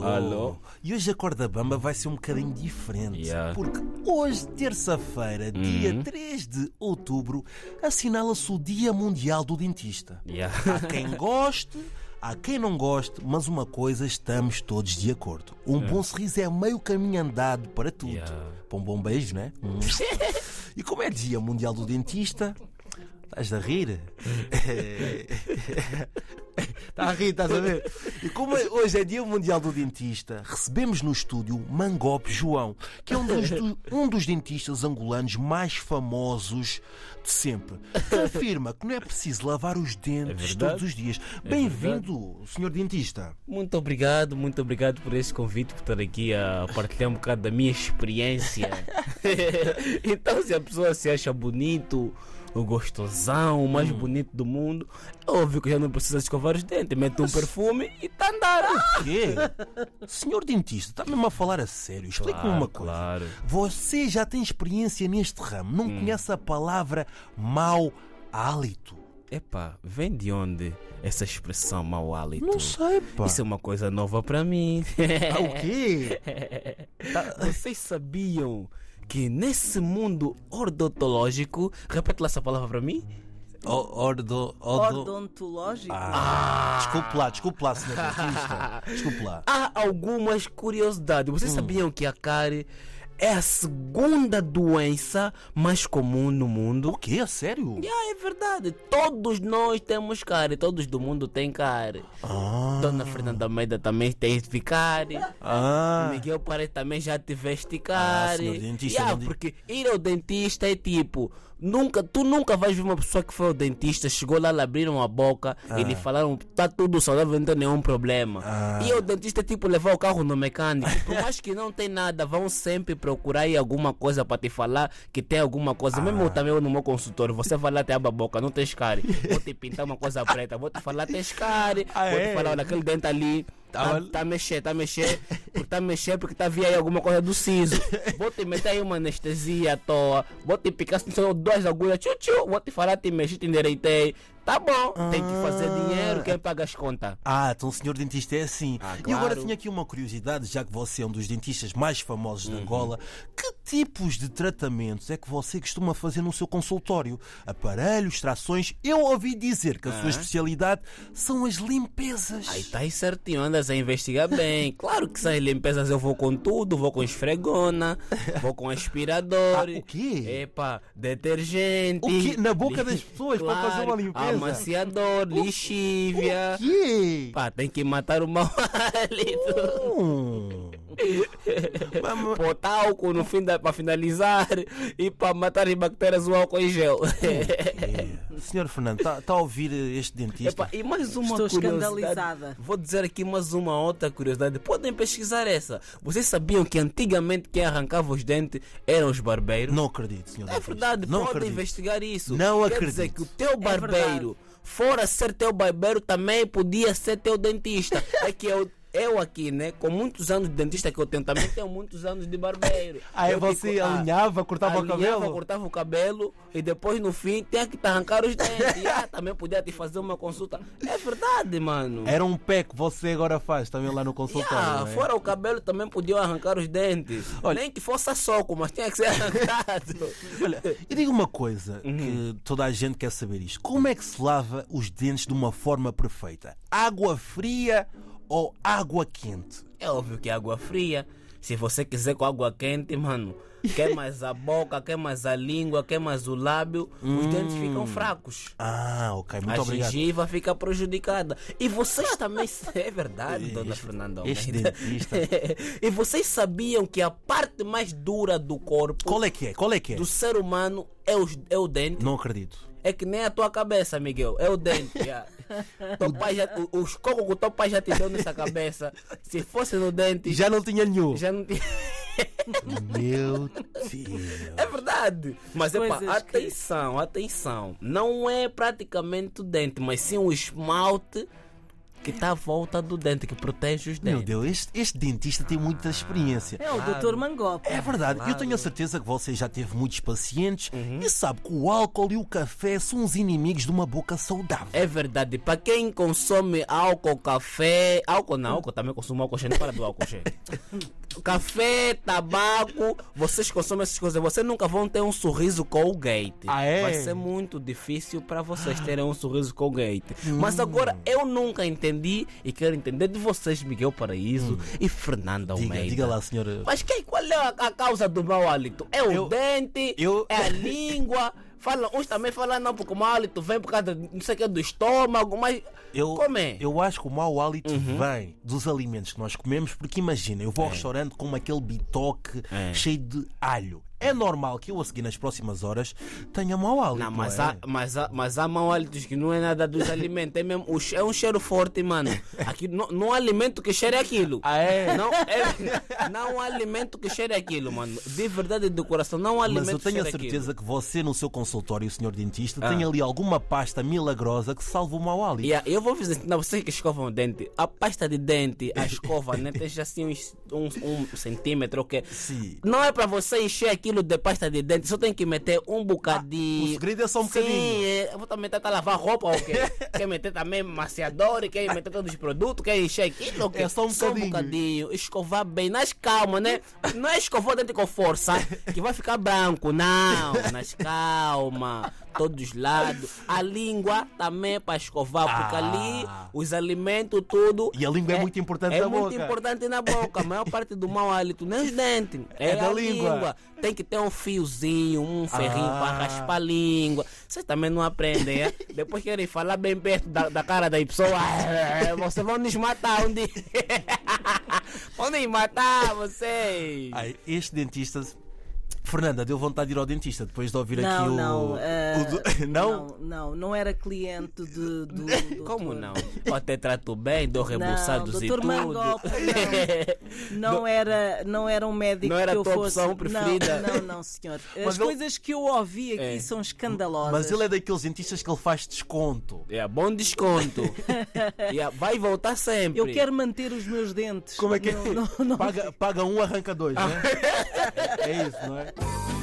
Alô? E hoje a Corda Bamba vai ser um bocadinho diferente. Yeah. Porque hoje, terça-feira, dia 3 de outubro, assinala-se o Dia Mundial do Dentista. Yeah. Há quem goste, há quem não goste, mas uma coisa estamos todos de acordo. Um bom sorriso é meio caminho andado para tudo. Yeah. Para um bom beijo, né? E como é Dia Mundial do Dentista... Estás a rir? Está a rir, estás a ver? E como hoje é Dia Mundial do Dentista, recebemos no estúdio Mangope João, que é um dos dentistas angolanos mais famosos de sempre, que afirma que não é preciso lavar os dentes todos os dias. Bem-vindo, senhor dentista. Muito obrigado por esse convite, por estar aqui a partilhar um bocado da minha experiência. Então, se a pessoa se acha bonito, o gostosão, o mais bonito do mundo, é óbvio que já não precisa escovar os dentes, mete um perfume e está a andar. O quê? Senhor dentista, está mesmo a falar a sério. Explique-me uma coisa. Claro. Você já tem experiência neste ramo, não conhece a palavra mau hálito? Epá, vem de onde essa expressão mau hálito? Não sei, pá. Isso é uma coisa nova para mim. Ah, o quê? Vocês sabiam que nesse mundo odontológico, repete lá essa palavra para mim. Odontológico? Desculpe lá, senhor dentista. Desculpe lá. Há algumas curiosidades. Vocês sabiam que a cárie é a segunda doença mais comum no mundo? O quê? A sério? É verdade. Todos nós temos cárie. Todos do mundo têm cárie. Dona Fernanda Almeida também teve cárie. Miguel Paredes também já tiveste cárie. senhor dentista, porque ir ao dentista é tipo... Tu nunca vais ver uma pessoa que foi ao dentista, chegou lá, lhe abriram a boca e lhe falaram está tudo saudável, não tem nenhum problema. E o dentista tipo levar o carro no mecânico. Por mais que não tem nada, vão sempre procurar aí alguma coisa para te falar que tem alguma coisa. Mesmo eu também no meu consultório, você vai lá, te abre a boca, não tens cárie. Vou te pintar uma coisa preta, vou te falar tens cárie. Vou te falar, olha, aquele dente ali tá a mexer porque tá via aí alguma coisa do siso. Vou te meter aí uma anestesia à toa, vou te picar duas agulhas, vou te falar, te mexi, te endireitei. Tá bom, tem que fazer dinheiro, quem paga as contas? Então o senhor dentista é assim. E agora tinha aqui uma curiosidade, já que você é um dos dentistas mais famosos de Angola. Que tipos de tratamentos é que você costuma fazer no seu consultório? Aparelhos, extrações? Eu ouvi dizer que a sua especialidade são as limpezas. Aí tá aí certinho, andas a investigar bem. Claro que essas limpezas eu vou com tudo, vou com esfregona, vou com aspirador. O quê? Epa, detergente. O quê? Na boca das pessoas para fazer uma limpeza? Amaciador, lixívia. O quê? Pá, tem que matar o mau hálito. Pôr talco no fim para finalizar e para matar as bactérias o álcool em gel. Senhor Fernando, está a ouvir este dentista? Epa, e mais uma Estou curiosidade. escandalizada. Vou dizer aqui mais uma outra curiosidade. Podem pesquisar essa. Vocês sabiam que antigamente quem arrancava os dentes eram os barbeiros? Não acredito, senhor É dentista. verdade, Não podem acredito. investigar isso. Não Quer dizer acredito. que o teu barbeiro, fora ser teu barbeiro, também podia ser teu dentista. É que eu aqui, né, com muitos anos de dentista que eu tenho, também tenho muitos anos de barbeiro. Eu você alinhava, cortava o cabelo? Cortava o cabelo e depois no fim tinha que te arrancar os dentes. Também podia te fazer uma consulta. É verdade, mano. Era um pé que você agora faz também lá no consultório. Não é? Fora o cabelo também podiam arrancar os dentes. Nem que fosse a soco, mas tinha que ser arrancado. Olha, e diga uma coisa que toda a gente quer saber isto. Como é que se lava os dentes de uma forma perfeita? Água fria ou água quente? É óbvio que é água fria. Se você quiser com água quente, mano, queimas a boca, queimas a língua, queimas o lábio, os dentes ficam fracos. Ok, muito obrigado. A gengiva fica prejudicada. E vocês também... É verdade, dona Fernanda Este Almeida. dentista. E vocês sabiam que a parte mais dura do corpo Qual é que é? do ser humano é o dente? Não acredito. É que nem a tua cabeça, Miguel. É o dente. Teu pai os cocos que o teu pai já te deu nessa cabeça. Se fosse no dente... Já não tinha nenhum. Já não tinha... Meu Deus. É verdade. Mas Coisas que- atenção. Não é praticamente o dente, mas sim o esmalte que está à volta do dente, que protege os Meu dentes. Deus, este dentista tem muita experiência. É o Dr. Mangope. É verdade, eu tenho a certeza que você já teve muitos pacientes e sabe que o álcool e o café são os inimigos de uma boca saudável. É verdade, para quem consome álcool, café, álcool também consome álcool, gente, para do álcool, gente. Café, tabaco, vocês consomem essas coisas, vocês nunca vão ter um sorriso Colgate. Ah, é? Vai ser muito difícil para vocês terem um sorriso Colgate. Mas agora eu nunca entendi e quero entender de vocês, Miguel Paraíso e Fernanda Almeida. Diga lá, senhora. Mas qual é a causa do mau hálito? É o dente? É a língua? Uns também falam, não, porque o mau hálito vem por causa não sei o que, do estômago, mas como é? Eu acho que o mau hálito vem dos alimentos que nós comemos, porque imagina, eu vou ao restaurante com aquele bitoque cheio de alho. É normal que eu a seguir nas próximas horas tenha mau hálito. Não, mas há mau hálitos que não é nada dos alimentos, é mesmo é um cheiro forte, mano. Aqui não há alimento que cheire aquilo. Não há alimento que cheire aquilo, mano. De verdade, do coração, não há alimento que cheire aquilo. Mas eu tenho a certeza que você no seu consultório, senhor dentista, tem ali alguma pasta milagrosa que salva o mau hálito. Eu vou ensinar vocês que escovam o dente. A pasta de dente, a escova, né, tem já assim um centímetro, ok? Sim. Não é para você encher aquilo de pasta de dente, só tem que meter um bocadinho. O segredo é só um bocadinho. Sim, eu vou também tentar lavar roupa, ok? Quer meter também maciador, quer meter todos os produtos, quer encher aquilo, ok? É só um bocadinho. Escovar bem, nas calma, né? Não é escovar o dente com força, que vai ficar branco, não. Nas calma, todos os lados. A língua também é para escovar, porque ali os alimentos, tudo. E a língua é muito importante na boca. É muito importante na boca. A maior parte do mau hálito, nem os dentes. É da a língua. Tem que ter um fiozinho, um ferrinho para raspar a língua. Vocês também não aprendem, é? Depois querem falar bem perto da cara da pessoa. Vocês vão nos matar um dia. Vão nos matar vocês. Este dentista... Fernanda, deu vontade de ir ao dentista depois de ouvir aqui Não era cliente do Como não? Eu até trato bem, dou rebuçados e Dr. tudo. Mangope, não era um médico não era que eu a tua fosse. opção preferida. Não, senhor. As coisas que eu ouvi aqui são escandalosas. Mas ele é daqueles dentistas que ele faz desconto. Bom desconto. Vai voltar sempre. Eu quero manter os meus dentes. Como é que é? Paga um, arranca dois, né? É isso, não é?